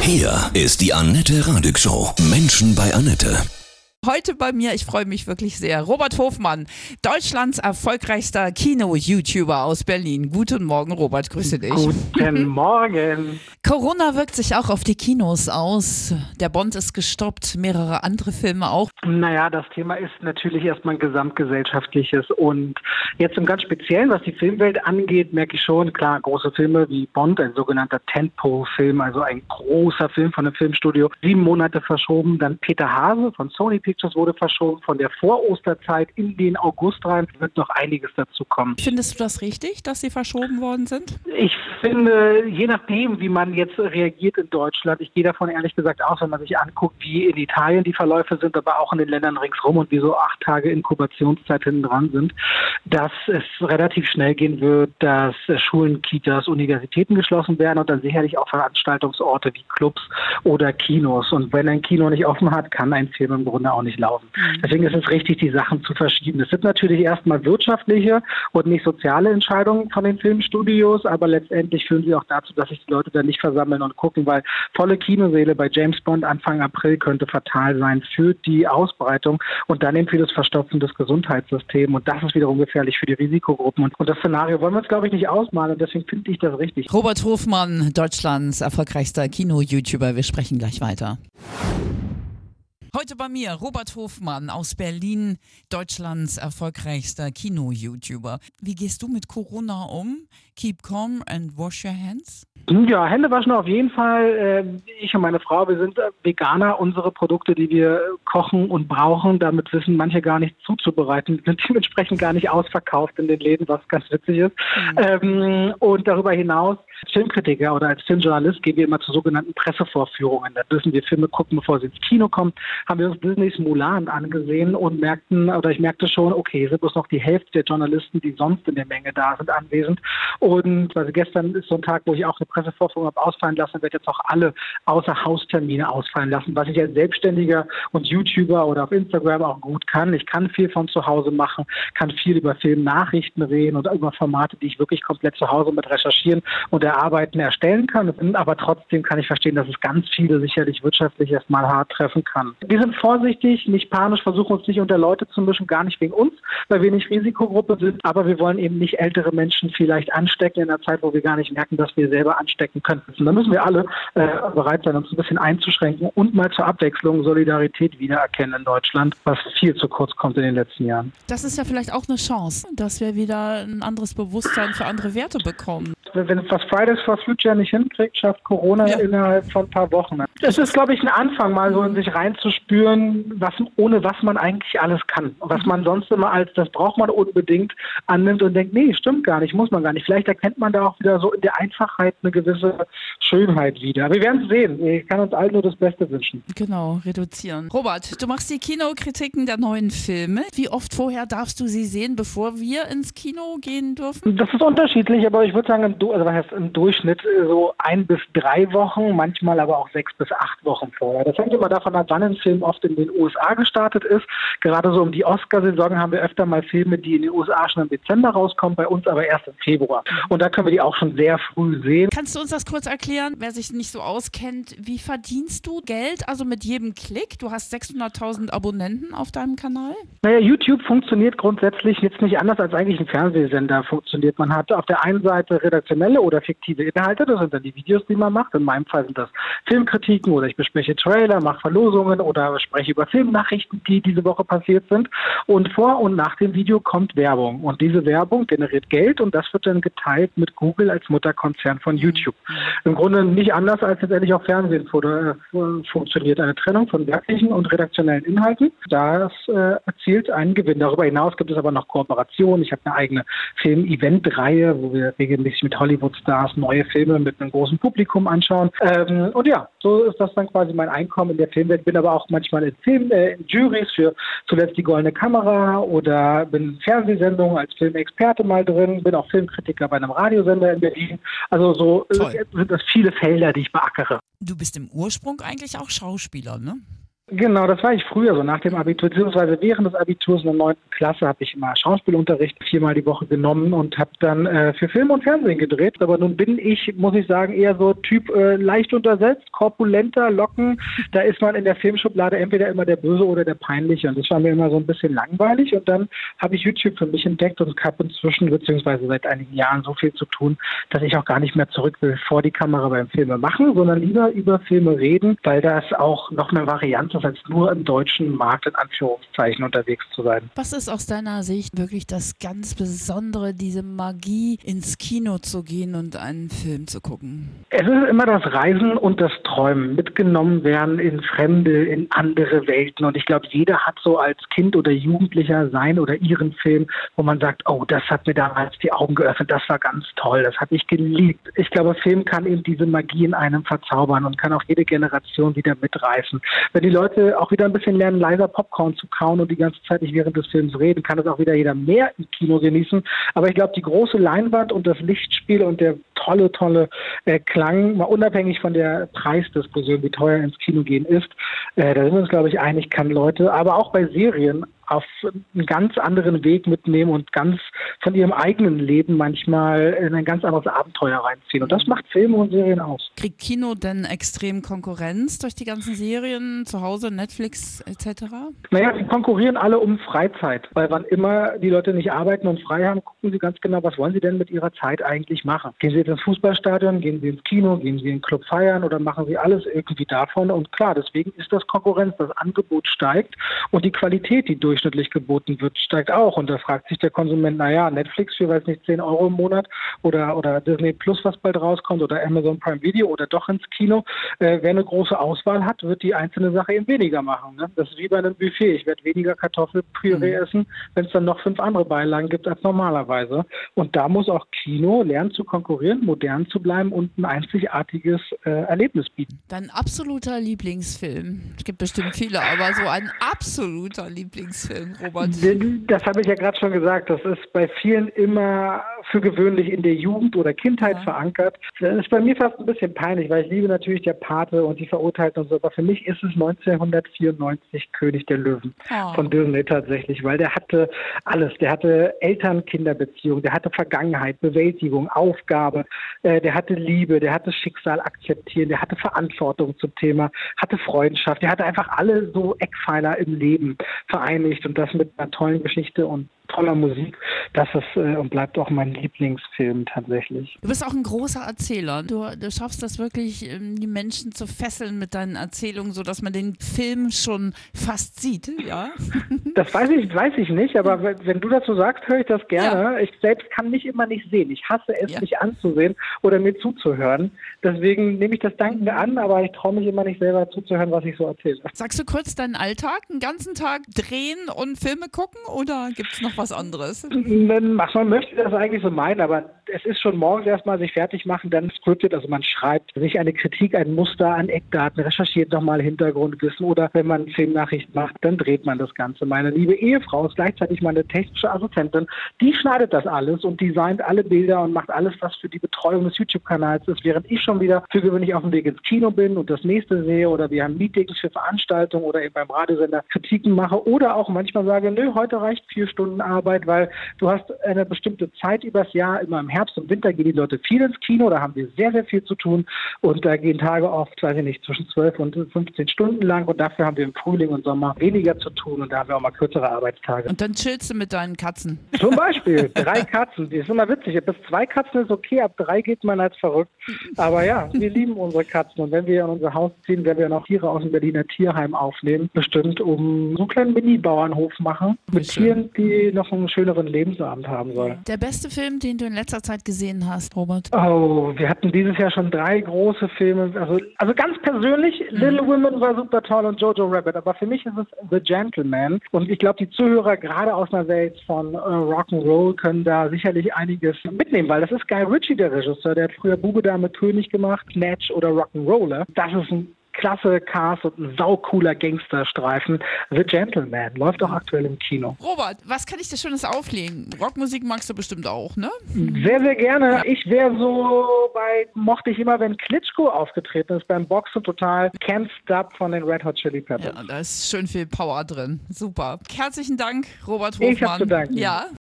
Hier ist die Annette Radig Show. Menschen bei Annette. Heute bei mir, ich freue mich wirklich sehr, Robert Hofmann, Deutschlands erfolgreichster Kino-YouTuber aus Berlin. Guten Morgen, Robert, grüße dich. Guten Morgen. Corona wirkt sich auch auf die Kinos aus. Der Bond ist gestoppt, mehrere andere Filme auch. Naja, das Thema ist natürlich erstmal ein gesamtgesellschaftliches und jetzt im ganz Speziellen, was die Filmwelt angeht, merke ich schon, klar, große Filme wie Bond, ein sogenannter Tentpole-Film, also ein großer Film von einem Filmstudio, 7 Monate verschoben. Dann Peter Hase von Sony Pictures wurde verschoben, von der Vor-Osterzeit in den August rein, wird noch einiges dazu kommen. Findest du das richtig, dass sie verschoben worden sind? Ich finde, je nachdem, wie man jetzt reagiert in Deutschland, ich gehe davon ehrlich gesagt aus, wenn man sich anguckt, wie in Italien die Verläufe sind, aber auch in den Ländern ringsrum und wie so 8 Tage Inkubationszeit hinten dran sind, dass es relativ schnell gehen wird, dass Schulen, Kitas, Universitäten geschlossen werden und dann sicherlich auch Veranstaltungsorte wie Clubs oder Kinos. Und wenn ein Kino nicht offen hat, kann ein Film im Grunde auch nicht laufen. Deswegen ist es richtig, die Sachen zu verschieben. Es sind natürlich erstmal wirtschaftliche und nicht soziale Entscheidungen von den Filmstudios, aber letztendlich führen sie auch dazu, dass sich die Leute dann nicht versammeln und gucken, weil volle Kinosäle bei James Bond Anfang April könnte fatal sein für die Ausbreitung und dann eben für das Verstopfen des Gesundheitssystems. Und das ist wiederum gefährlich für die Risikogruppen. Und das Szenario wollen wir uns, glaube ich, nicht ausmalen und deswegen finde ich das richtig. Robert Hofmann, Deutschlands erfolgreichster Kino-YouTuber. Wir sprechen gleich weiter. Heute bei mir Robert Hofmann aus Berlin, Deutschlands erfolgreichster Kino-YouTuber. Wie gehst du mit Corona um? Keep calm and wash your hands? Ja, Hände waschen auf jeden Fall. Ich und meine Frau, wir sind Veganer. Unsere Produkte, die wir kochen und brauchen, damit wissen manche gar nicht zuzubereiten, sind dementsprechend gar nicht ausverkauft in den Läden, was ganz witzig ist. Und darüber hinaus, als Filmkritiker oder als Filmjournalist gehen wir immer zu sogenannten Pressevorführungen. Da müssen wir Filme gucken, bevor sie ins Kino kommen. Haben wir uns Disneys Mulan angesehen und ich merkte schon, okay, sind bloß noch die Hälfte der Journalisten, die sonst in der Menge da sind, anwesend. Und also gestern ist so ein Tag, wo ich auch eine Pressevorführung habe ausfallen lassen, werde jetzt auch alle Außerhaustermine ausfallen lassen, was ich als Selbstständiger und YouTuber oder auf Instagram auch gut kann. Ich kann viel von zu Hause machen, kann viel über Filmnachrichten reden und über Formate, die ich wirklich komplett zu Hause mit recherchieren und erarbeiten, erstellen kann. Aber trotzdem kann ich verstehen, dass es ganz viele sicherlich wirtschaftlich erstmal hart treffen kann. Wir sind vorsichtig, nicht panisch, versuchen uns nicht unter Leute zu mischen, gar nicht wegen uns, weil wir nicht Risikogruppe sind, aber wir wollen eben nicht ältere Menschen vielleicht anstecken in einer Zeit, wo wir gar nicht merken, dass wir selber anstecken könnten. Da müssen wir alle bereit sein, uns ein bisschen einzuschränken und mal zur Abwechslung Solidarität wiedererkennen in Deutschland, was viel zu kurz kommt in den letzten Jahren. Das ist ja vielleicht auch eine Chance, dass wir wieder ein anderes Bewusstsein für andere Werte bekommen. Wenn es was Fridays for Future nicht hinkriegt, schafft Corona innerhalb von ein paar Wochen. Es ist, glaube ich, ein Anfang, mal so in sich reinzuspüren, ohne was man eigentlich alles kann. Und was man sonst immer als, das braucht man unbedingt, annimmt und denkt, nee, stimmt gar nicht, muss man gar nicht. Vielleicht erkennt man da auch wieder so in der Einfachheit eine gewisse Schönheit wieder. Wir werden es sehen. Ich kann uns allen nur das Beste wünschen. Genau, reduzieren. Robert, du machst die Kinokritiken der neuen Filme. Wie oft vorher darfst du sie sehen, bevor wir ins Kino gehen dürfen? Das ist unterschiedlich, aber ich würde sagen, im Durchschnitt so 1 bis 3 Wochen, manchmal aber auch 6 bis 8 Wochen vorher. Das hängt immer davon ab, wann ein Film oft in den USA gestartet ist. Gerade so um die Oscar-Saison haben wir öfter mal Filme, die in den USA schon im Dezember rauskommen, bei uns aber erst im Februar. Und da können wir die auch schon sehr früh sehen. Kannst du uns das kurz erklären, wer sich nicht so auskennt? Wie verdienst du Geld, also mit jedem Klick? Du hast 600.000 Abonnenten auf deinem Kanal? Naja, YouTube funktioniert grundsätzlich jetzt nicht anders als eigentlich ein Fernsehsender funktioniert. Man hat auf der einen Seite redaktionelle oder fiktive Inhalte, das sind dann die Videos, die man macht. In meinem Fall sind das Filmkritiken oder ich bespreche Trailer, mache Verlosungen oder spreche über Filmnachrichten, die diese Woche passiert sind. Und vor und nach dem Video kommt Werbung. Und diese Werbung generiert Geld und das wird dann geteilt mit Google als Mutterkonzern von YouTube. Im Grunde nicht anders als letztendlich auch Fernsehen funktioniert. Eine Trennung von werklichen und redaktionellen Inhalten. Das erzielt einen Gewinn. Darüber hinaus gibt es aber noch Kooperationen. Ich habe eine eigene Film-Event-Reihe, wo wir regelmäßig mit Hollywood-Stars neue Filme mit einem großen Publikum anschauen. Und ja, so ist das dann quasi mein Einkommen in der Filmwelt. Bin aber auch manchmal in Juries für zuletzt die Goldene Kamera oder bin in Fernsehsendungen als Filmexperte mal drin, bin auch Filmkritiker bei einem Radiosender in Berlin. Also so sind das viele Felder, die ich beackere. Du bist im Ursprung eigentlich auch Schauspieler, ne? Genau, das war ich früher, so nach dem Abitur, beziehungsweise während des Abiturs in der 9. Klasse habe ich immer Schauspielunterricht 4-mal die Woche genommen und habe dann für Film und Fernsehen gedreht. Aber nun bin ich, muss ich sagen, eher so Typ leicht untersetzt, korpulenter, Locken. Da ist man in der Filmschublade entweder immer der Böse oder der Peinliche. Und das war mir immer so ein bisschen langweilig. Und dann habe ich YouTube für mich entdeckt und habe inzwischen, beziehungsweise seit einigen Jahren so viel zu tun, dass ich auch gar nicht mehr zurück will vor die Kamera beim Filme machen, sondern lieber über Filme reden, weil das auch noch eine Variante ist, als nur im deutschen Markt in Anführungszeichen unterwegs zu sein. Was ist aus deiner Sicht wirklich das ganz Besondere, diese Magie, ins Kino zu gehen und einen Film zu gucken? Es ist immer das Reisen und das Träumen, mitgenommen werden in Fremde, in andere Welten. Und ich glaube, jeder hat so als Kind oder Jugendlicher sein oder ihren Film, wo man sagt, oh, das hat mir damals die Augen geöffnet, das war ganz toll, das habe ich geliebt. Ich glaube, Film kann eben diese Magie in einem verzaubern und kann auch jede Generation wieder mitreißen. Wenn die Leute auch wieder ein bisschen lernen, leiser Popcorn zu kauen und die ganze Zeit nicht während des Films reden, kann das auch wieder jeder mehr im Kino genießen. Aber ich glaube, die große Leinwand und das Lichtspiel und der tolle Klang, mal unabhängig von der Preisdiskussion, wie teuer ins Kino gehen ist, da sind wir uns, glaube ich, einig, kann Leute, aber auch bei Serien, auf einen ganz anderen Weg mitnehmen und ganz von ihrem eigenen Leben manchmal in ein ganz anderes Abenteuer reinziehen. Und das macht Filme und Serien aus. Kriegt Kino denn extrem Konkurrenz durch die ganzen Serien, zu Hause, Netflix etc.? Naja, sie konkurrieren alle um Freizeit, weil wann immer die Leute nicht arbeiten und frei haben, gucken sie ganz genau, was wollen sie denn mit ihrer Zeit eigentlich machen. Gehen sie jetzt ins Fußballstadion, gehen sie ins Kino, gehen sie in den Club feiern oder machen sie alles irgendwie davon? Und klar, deswegen ist das Konkurrenz, das Angebot steigt und die Qualität, die durchschnittlich geboten wird, steigt auch. Und da fragt sich der Konsument, naja, Netflix für, weiß nicht, 10 Euro im Monat oder Disney Plus, was bald rauskommt, oder Amazon Prime Video oder doch ins Kino. Wer eine große Auswahl hat, wird die einzelne Sache eben weniger machen. Ne? Das ist wie bei einem Buffet. Ich werde weniger Kartoffelpüree essen, wenn es dann noch 5 andere Beilagen gibt als normalerweise. Und da muss auch Kino lernen zu konkurrieren, modern zu bleiben und ein einzigartiges Erlebnis bieten. Dein absoluter Lieblingsfilm? Es gibt bestimmt viele, aber so ein absoluter Lieblingsfilm, Robert? Das habe ich ja gerade schon gesagt. Das ist bei vielen immer für gewöhnlich in der Jugend oder Kindheit verankert. Das ist bei mir fast ein bisschen peinlich, weil ich liebe natürlich der Pate und die Verurteilten und so. Aber für mich ist es 1994 König der Löwen von Disney tatsächlich, weil der hatte alles. Der hatte Eltern-Kinder-Beziehung, der hatte Vergangenheit, Bewältigung, Aufgabe, der hatte Liebe, der hatte Schicksal akzeptieren, der hatte Verantwortung zum Thema, hatte Freundschaft, der hatte einfach alle so Eckpfeiler im Leben vereinigt und das mit einer tollen Geschichte und toller Musik. Das ist und bleibt auch mein Lieblingsfilm tatsächlich. Du bist auch ein großer Erzähler. Du schaffst das wirklich, die Menschen zu fesseln mit deinen Erzählungen, sodass man den Film schon fast sieht, ja? Das weiß ich nicht, aber wenn du dazu sagst, höre ich das gerne. Ja. Ich selbst kann mich immer nicht sehen. Ich hasse es, mich anzusehen oder mir zuzuhören. Deswegen nehme ich das dankend an, aber ich traue mich immer nicht selber zuzuhören, was ich so erzähle. Sagst du kurz deinen Alltag, einen ganzen Tag drehen und Filme gucken oder gibt es noch was anderes? Man möchte das eigentlich so meinen, aber es ist schon morgens erstmal sich fertig machen, dann scriptet, also man schreibt sich eine Kritik, ein Muster an Eckdaten, recherchiert nochmal Hintergrundwissen oder wenn man Filmnachricht macht, dann dreht man das Ganze. Meine liebe Ehefrau ist gleichzeitig meine technische Assistentin, die schneidet das alles und designt alle Bilder und macht alles, was für die Betreuung des YouTube-Kanals ist, während ich schon wieder für gewöhnlich auf dem Weg ins Kino bin und das nächste sehe oder wir haben Meetings für Veranstaltungen oder eben beim Radiosender Kritiken mache oder auch manchmal sage, nö, heute reicht 4 Stunden Arbeit, weil du hast eine bestimmte Zeit übers Jahr, immer im Herbst und Winter gehen die Leute viel ins Kino, da haben wir sehr, sehr viel zu tun und da gehen Tage oft, weiß ich nicht, zwischen 12 und 15 Stunden lang und dafür haben wir im Frühling und Sommer weniger zu tun und da haben wir auch mal kürzere Arbeitstage. Und dann chillst du mit deinen Katzen? Zum Beispiel 3 Katzen, das ist immer witzig, bis 2 Katzen ist okay, ab 3 geht man als verrückt, aber ja, wir lieben unsere Katzen und wenn wir in unser Haus ziehen, werden wir noch Tiere aus dem Berliner Tierheim aufnehmen, bestimmt um so einen kleinen Mini-Bauernhof machen, mit Tieren, die noch einen schöneren Lebensabend haben sollen. Der beste Film, den du in letzter Zeit gesehen hast, Robert? Oh, wir hatten dieses Jahr schon 3 große Filme. Also ganz persönlich, Little Women war super toll und Jojo Rabbit, aber für mich ist es The Gentleman. Und ich glaube, die Zuhörer gerade aus einer Welt von Rock'n'Roll können da sicherlich einiges mitnehmen, weil das ist Guy Ritchie, der Regisseur, der hat früher Bube, Dame, König gemacht, Snatch oder Rock'n'Roller. Das ist ein klasse Cast und ein saucooler Gangsterstreifen. The Gentleman läuft auch aktuell im Kino. Robert, was kann ich dir Schönes auflegen? Rockmusik magst du bestimmt auch, ne? Sehr, sehr gerne. Ja. Ich wäre mochte ich immer, wenn Klitschko aufgetreten ist beim Boxen, total Can't Stop von den Red Hot Chili Peppers. Ja, da ist schön viel Power drin. Super. Herzlichen Dank, Robert Hofmann. Ich habe zu danken. Ja.